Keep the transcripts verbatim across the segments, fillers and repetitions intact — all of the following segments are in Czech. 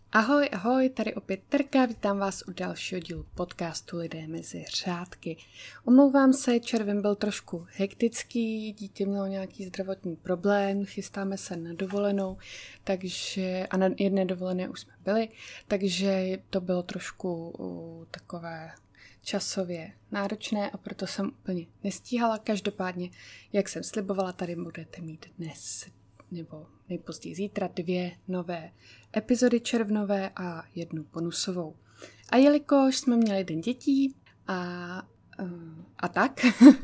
Ahoj, ahoj, tady opět Terka, vítám vás u dalšího dílu podcastu Lidé mezi řádky. Omlouvám se, červen byl trošku hektický, dítě mělo nějaký zdravotní problém, chystáme se na dovolenou, takže, a na jedné dovolené už jsme byli, takže to bylo trošku uh, takové časově náročné a proto jsem úplně nestíhala. Každopádně, jak jsem slibovala, tady budete mít dnes nebo nejpozději zítra dvě nové epizody červnové a jednu bonusovou. A jelikož jsme měli den dětí a, a tak,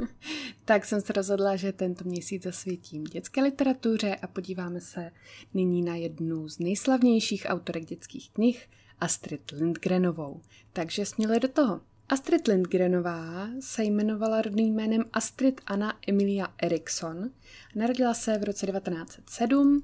tak jsem se rozhodla, že tento měsíc zasvětím dětské literatuře a podíváme se nyní na jednu z nejslavnějších autorek dětských knih, Astrid Lindgrenovou. Takže směli do toho. Astrid Lindgrenová se jmenovala rodným jménem Astrid Anna Emilia Eriksson. Narodila se v roce devatenáct set sedm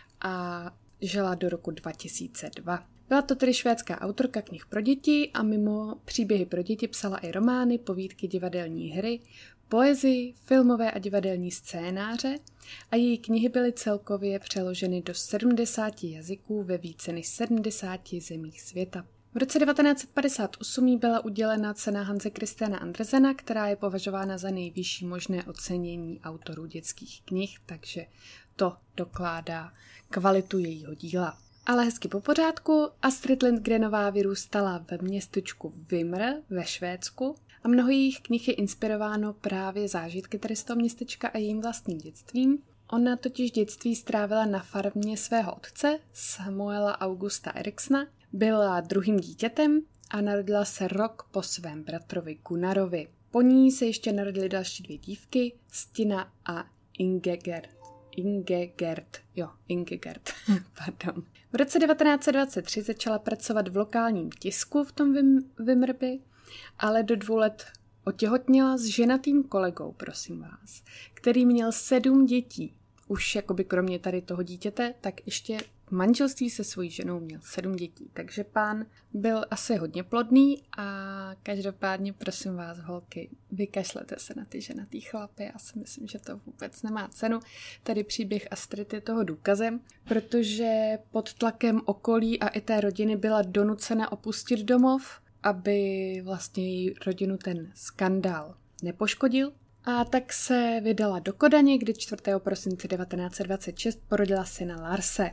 a žila do roku dva tisíce dva. Byla to tedy švédská autorka knih pro děti a mimo příběhy pro děti psala i romány, povídky, divadelní hry, poezii, filmové a divadelní scénáře a její knihy byly celkově přeloženy do sedmdesáti jazyků ve více než sedmdesáti zemích světa. V roce devatenáct set padesát osm jí byla udělena cena Hanse Christiana Andersena, která je považována za nejvyšší možné ocenění autorů dětských knih, takže to dokládá kvalitu jejího díla. Ale hezky po pořádku, Astrid Lindgrenová vyrůstala ve městečku Vimr ve Švédsku a mnoho jejich knih je inspirováno právě zážitky tady z toho městečka a jejím vlastním dětstvím. Ona totiž dětství strávila na farmě svého otce, Samuela Augusta Erikssona, byla druhým dítětem a narodila se rok po svém bratrovi Gunnarovi. Po ní se ještě narodily další dvě dívky, Stina a Ingegerd. Ingegerd, jo, Ingegerd, pardon. V roce devatenáct set dvacet tři začala pracovat v lokálním tisku v tom Vimrby, ale do dvou let otěhotněla s ženatým kolegou, prosím vás, který měl sedm dětí. Už jakoby kromě tady toho dítěte, tak ještě v manželství se svojí ženou měl sedm dětí. Takže pán byl asi hodně plodný a každopádně prosím vás, holky, vykašlete se na ty ženatý chlapy. Já si myslím, že to vůbec nemá cenu. Tady příběh Astrid je toho důkazem, protože pod tlakem okolí a i té rodiny byla donucena opustit domov, aby vlastně její rodinu ten skandál nepoškodil. A tak se vydala do Kodaně, kdy čtvrtého prosince devatenáct set dvacet šest porodila syna Larse,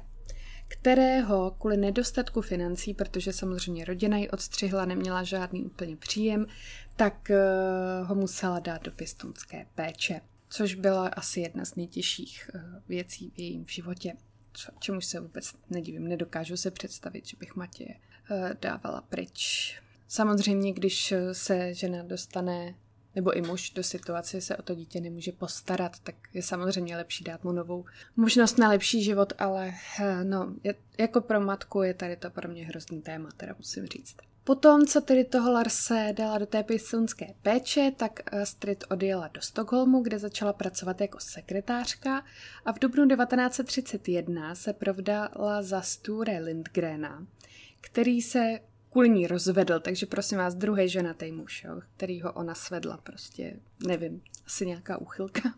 kterého kvůli nedostatku financí, protože samozřejmě rodina ji odstřihla, neměla žádný úplně příjem, tak uh, ho musela dát do pěstounské péče, což byla asi jedna z nejtěžších uh, věcí v jejím životě, čemuž se vůbec nedivím, nedokážu se představit, že bych Matěje uh, dávala pryč. Samozřejmě, když se žena dostane nebo i muž do situace se o to dítě nemůže postarat, tak je samozřejmě lepší dát mu novou možnost na lepší život, ale no, je, jako pro matku je tady to pro mě hrozný téma, teda musím říct. Potom, co tedy toho Larse dala do té pěstounské péče, tak Astrid odjela do Stockholmu, kde začala pracovat jako sekretářka a v dubnu devatenáct set třicet jedna se provdala za Sture Lindgrena, který se kvůli ní rozvedl, takže prosím vás, druhý ženatý muž, jo, který ho ona svedla, prostě, nevím, asi nějaká úchylka.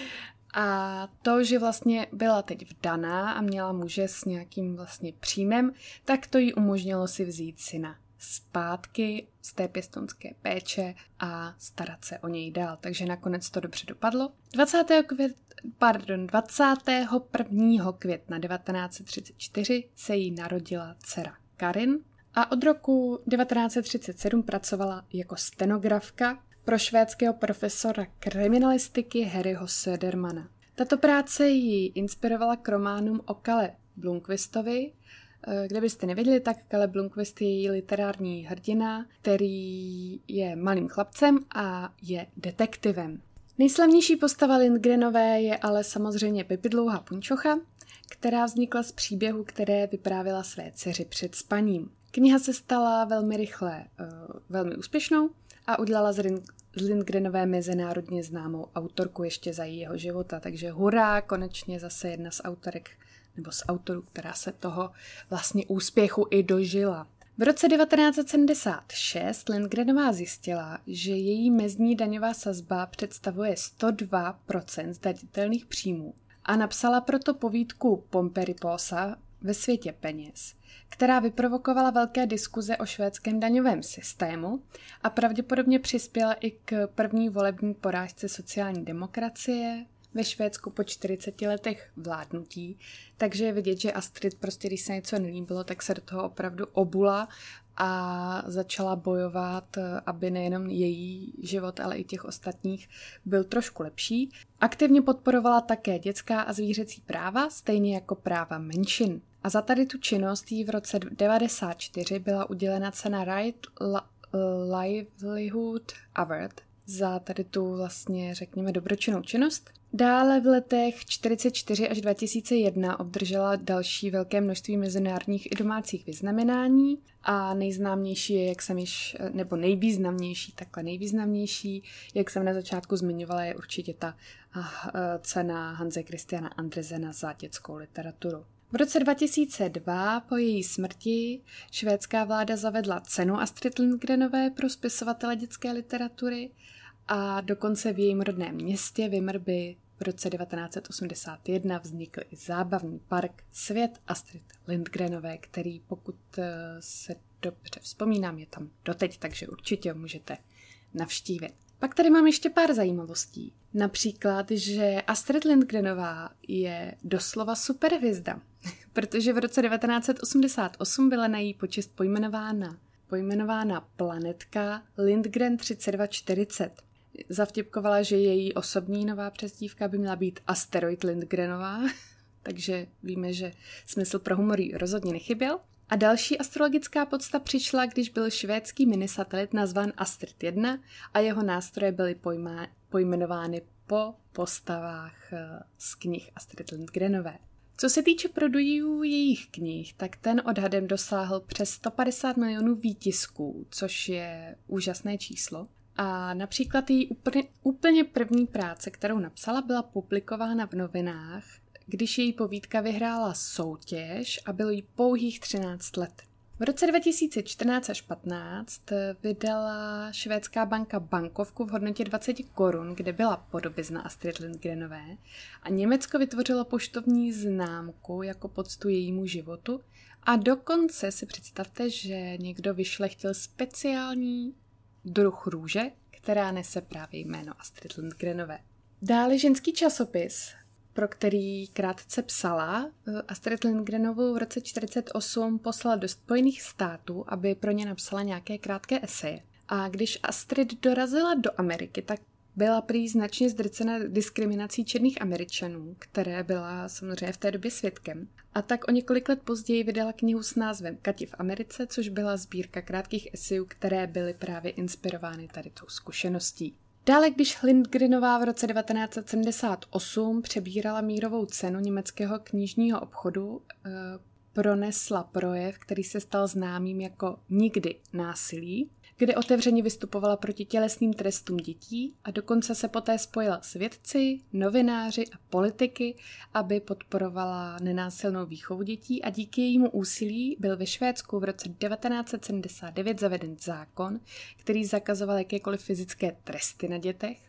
A to, že vlastně byla teď vdaná a měla muže s nějakým vlastně příjmem, tak to jí umožnilo si vzít syna zpátky z té pěstounské péče a starat se o něj dál. Takže nakonec to dobře dopadlo. dvacátého květ, pardon, dvacátého prvního května devatenáct set třicet čtyři se jí narodila dcera Karin, a od roku devatenáct set třicet sedm pracovala jako stenografka pro švédského profesora kriminalistiky Harryho Södermana. Tato práce ji inspirovala k románům o Kalle Blomkvistovi. Kdybyste nevěděli, tak Kalle Blomkvist je její literární hrdina, který je malým chlapcem a je detektivem. Nejslavnější postava Lindgrenové je ale samozřejmě Pippi Dlouhá punčocha, která vznikla z příběhu, které vyprávěla své dceři před spaním. Kniha se stala velmi rychle uh, velmi úspěšnou a udělala z, Rin- z Lindgrenové mezinárodně známou autorku ještě za jejího života, takže hurá, konečně zase jedna z autorek nebo z autorů, která se toho vlastně úspěchu i dožila. V roce devatenáct set sedmdesát šest Lindgrenová zjistila, že její mezní daňová sazba představuje sto dva procent zdanitelných příjmů a napsala proto povídku Pomperiposa ve světě peněz, která vyprovokovala velké diskuze o švédském daňovém systému a pravděpodobně přispěla i k první volební porážce sociální demokracie ve Švédsku po čtyřiceti letech vládnutí. Takže je vidět, že Astrid prostě, když se něco nelíbilo, tak se do toho opravdu obula a začala bojovat, aby nejenom její život, ale i těch ostatních byl trošku lepší. Aktivně podporovala také dětská a zvířecí práva, stejně jako práva menšin. A za tady tu činnost jí v roce devadesát čtyři byla udělena cena Right Livelihood Award za tady tu vlastně, řekněme, dobročinnou činnost. Dále v letech čtyřicet čtyři až dva tisíce jedna obdržela další velké množství mezinárodních i domácích vyznamenání a nejznámější je, jak jsem již, nebo nejvýznamnější, takhle nejvýznamnější, jak jsem na začátku zmiňovala, je určitě ta cena Hanse Christiana Andersena za dětskou literaturu. V roce dva tisíce dva po její smrti švédská vláda zavedla cenu Astrid Lindgrenové pro spisovatele dětské literatury a dokonce v jejím rodném městě Vimmerby v roce devatenáct set osmdesát jedna vznikl i zábavní park Svět Astrid Lindgrenové, který, pokud se dobře vzpomínám, je tam doteď, takže určitě můžete navštívit. Pak tady mám ještě pár zajímavostí. Například, že Astrid Lindgrenová je doslova superhvězda, protože v roce devatenáct set osmdesát osm byla na její počest pojmenována, pojmenována planetka Lindgren třicet dva čtyřicet. Zavtipkovala, že její osobní nová přezdívka by měla být Asteroid Lindgrenová, takže víme, že smysl pro humor jí rozhodně nechyběl. A další astrologická podsta přišla, když byl švédský minisatelit nazván Astrid jedna a jeho nástroje byly pojma, pojmenovány po postavách z knih Astrid Lindgrenové. Co se týče prodejů jejich knih, tak ten odhadem dosáhl přes sto padesát milionů výtisků, což je úžasné číslo. A například její úplně, úplně první práce, kterou napsala, byla publikována v novinách, když její povídka vyhrála soutěž a bylo jí pouhých třináct let. V roce dva tisíce čtrnáct až patnáct vydala švédská banka bankovku v hodnotě dvacet korun, kde byla podobizna Astrid Lindgrenové a Německo vytvořilo poštovní známku jako poctu jejímu životu a dokonce si představte, že někdo vyšlechtil speciální druh růže, která nese právě jméno Astrid Lindgrenové. Dále ženský časopis, pro který krátce psala, Astrid Lindgrenovou v roce čtyřicet osm poslala do Spojených států, aby pro ně napsala nějaké krátké eseje. A když Astrid dorazila do Ameriky, tak byla prý značně zdrcena diskriminací černých Američanů, které byla samozřejmě v té době svědkem. A tak o několik let později vydala knihu s názvem Kati v Americe, což byla sbírka krátkých esejů, které byly právě inspirovány tady tou zkušeností. Dále, když Lindgrenová v roce devatenáct set sedmdesát osm přebírala mírovou cenu německého knižního obchodu, e, pronesla projev, který se stal známým jako Nikdy násilí, kde otevřeně vystupovala proti tělesným trestům dětí a dokonce se poté spojila s vědci, novináři a politiky, aby podporovala nenásilnou výchovu dětí a díky jejímu úsilí byl ve Švédsku v roce devatenáct set sedmdesát devět zaveden zákon, který zakazoval jakékoliv fyzické tresty na dětech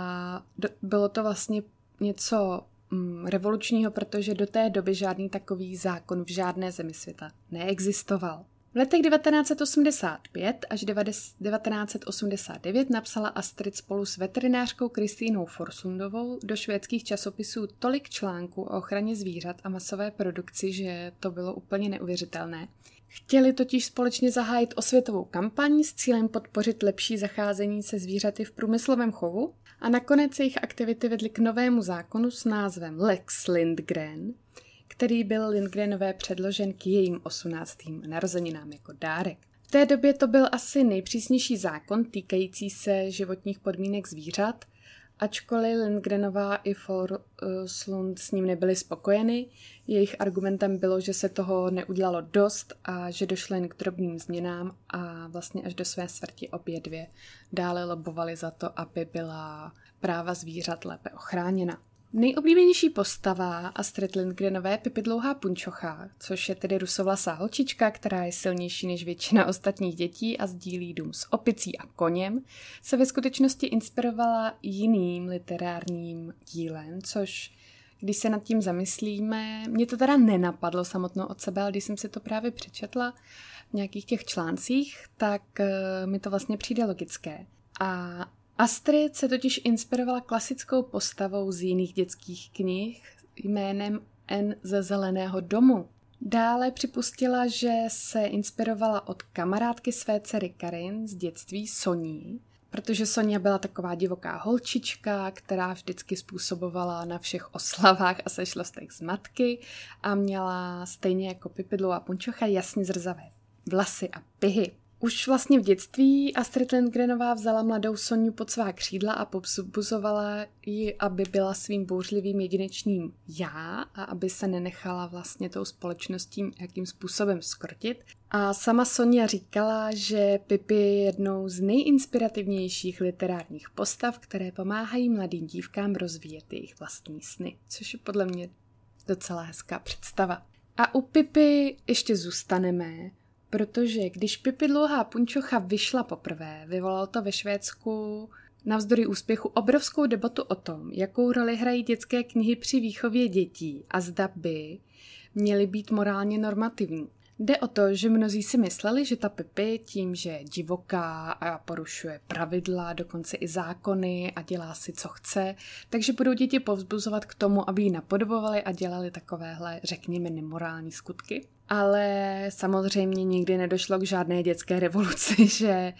a do, bylo to vlastně něco mm, revolučního, protože do té doby žádný takový zákon v žádné zemi světa neexistoval. V letech devatenáct set osmdesát pět až devatenáct set osmdesát devět napsala Astrid spolu s veterinářkou Kristýnou Forslundovou do švédských časopisů tolik článků o ochraně zvířat a masové produkci, že to bylo úplně neuvěřitelné. Chtěli totiž společně zahájit osvětovou kampaň s cílem podpořit lepší zacházení se zvířaty v průmyslovém chovu a nakonec jejich aktivity vedly k novému zákonu s názvem Lex Lindgren, který byl Lindgrenové předložen k jejím osmnáctým narozeninám jako dárek. V té době to byl asi nejpřísnější zákon týkající se životních podmínek zvířat, ačkoliv Lindgrenová i Forslund s ním nebyli spokojeny. Jejich argumentem bylo, že se toho neudělalo dost a že došlo jen k drobným změnám a vlastně až do své smrti obě dvě dále lobovali za to, aby byla práva zvířat lépe ochráněna. Nejoblíbenější postava Astrid Lindgrenové Pipi Dlouhá punčocha, což je tedy rusovlasá holčička, která je silnější než většina ostatních dětí a sdílí dům s opicí a koněm, se ve skutečnosti inspirovala jiným literárním dílem, což když se nad tím zamyslíme, mě to teda nenapadlo samotnou od sebe, ale když jsem si to právě přečetla v nějakých těch článcích, tak mi to vlastně přijde logické. A Astrid se totiž inspirovala klasickou postavou z jiných dětských knih jménem N ze Zeleného domu. Dále připustila, že se inspirovala od kamarádky své dcery Karin z dětství Soní, protože Sonja byla taková divoká holčička, která vždycky způsobovala na všech oslavách a sešlostech z matky a měla stejně jako Pipidlu a Punčocha jasně zrzavé vlasy a pihy. Už vlastně v dětství Astrid Lindgrenová vzala mladou Sonju pod svá křídla a povzbuzovala ji, aby byla svým bouřlivým jedinečným já a aby se nenechala vlastně tou společností jakým způsobem skrotit. A sama Sonja říkala, že Pippi je jednou z nejinspirativnějších literárních postav, které pomáhají mladým dívkám rozvíjet jejich vlastní sny, což je podle mě docela hezká představa. A u Pippi ještě zůstaneme, protože když Pippi Dlouhá Punčocha vyšla poprvé, vyvolalo to ve Švédsku navzdory úspěchu obrovskou debatu o tom, jakou roli hrají dětské knihy při výchově dětí a zda by měly být morálně normativní. Jde o to, že mnozí si mysleli, že ta Pippi tím, že je divoká a porušuje pravidla, dokonce i zákony a dělá si, co chce, takže budou děti povzbuzovat k tomu, aby ji napodobovali a dělali takovéhle, řekněme, nemorální skutky. Ale samozřejmě nikdy nedošlo k žádné dětské revoluci, že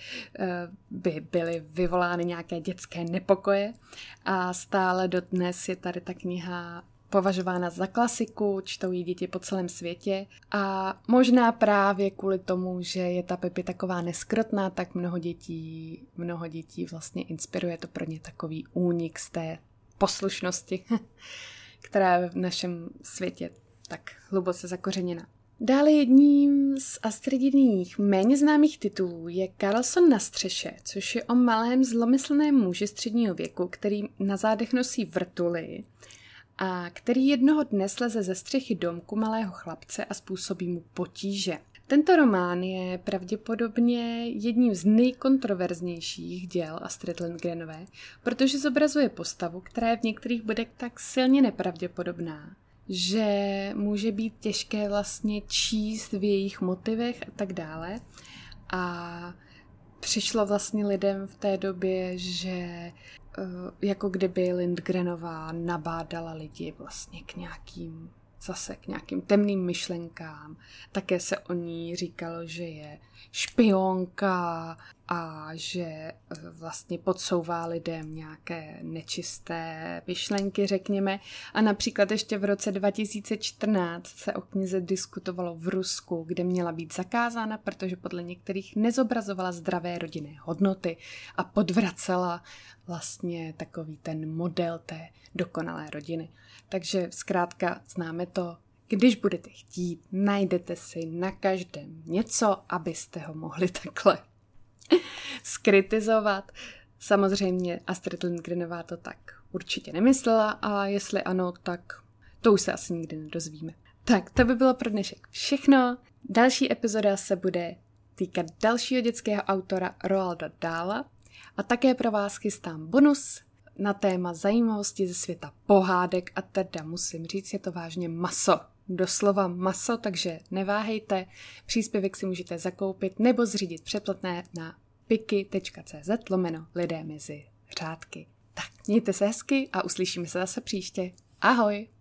by byly vyvolány nějaké dětské nepokoje a stále dodnes je tady ta kniha považována za klasiku, čtou ji děti po celém světě a možná právě kvůli tomu, že je ta Pippi taková neskrotná, tak mnoho dětí, mnoho dětí vlastně inspiruje, to pro ně takový únik z té poslušnosti, která je v našem světě tak hluboce zakořeněna. Dále jedním z Astridiných méně známých titulů je Karlsson na střeše, což je o malém zlomyslném muži středního věku, který na zádech nosí vrtuli a který jednoho dne sleze ze střechy domku malého chlapce a způsobí mu potíže. Tento román je pravděpodobně jedním z nejkontroverznějších děl Astrid Lindgrenové, protože zobrazuje postavu, která je v některých bodech tak silně nepravděpodobná, že může být těžké vlastně číst v jejich motivech a tak dále. A přišlo vlastně lidem v té době, že jako kdyby Lindgrenová nabádala lidi vlastně k nějakým, zase k nějakým temným myšlenkám. Také se o ní říkalo, že je špionka a že vlastně podsouvá lidem nějaké nečisté myšlenky, řekněme. A například ještě v roce dva tisíce čtrnáct se o knize diskutovalo v Rusku, kde měla být zakázána, protože podle některých nezobrazovala zdravé rodinné hodnoty a podvracela vlastně takový ten model té dokonalé rodiny. Takže zkrátka známe to, když budete chtít, najdete si na každém něco, abyste ho mohli takhle skritizovat. Samozřejmě Astrid Lindgrenová to tak určitě nemyslela a jestli ano, tak to už se asi nikdy nedozvíme. Tak, to by bylo pro dnešek všechno. Další epizoda se bude týkat dalšího dětského autora Roalda Dahla a také pro vás chystám bonus na téma zajímavosti ze světa pohádek a teda musím říct, je to vážně maso. Doslova maso, takže neváhejte. Příspěvek si můžete zakoupit nebo zřídit předplatné na piki.cz lomeno lidé mezi řádky. Tak, mějte se hezky a uslyšíme se zase příště. Ahoj!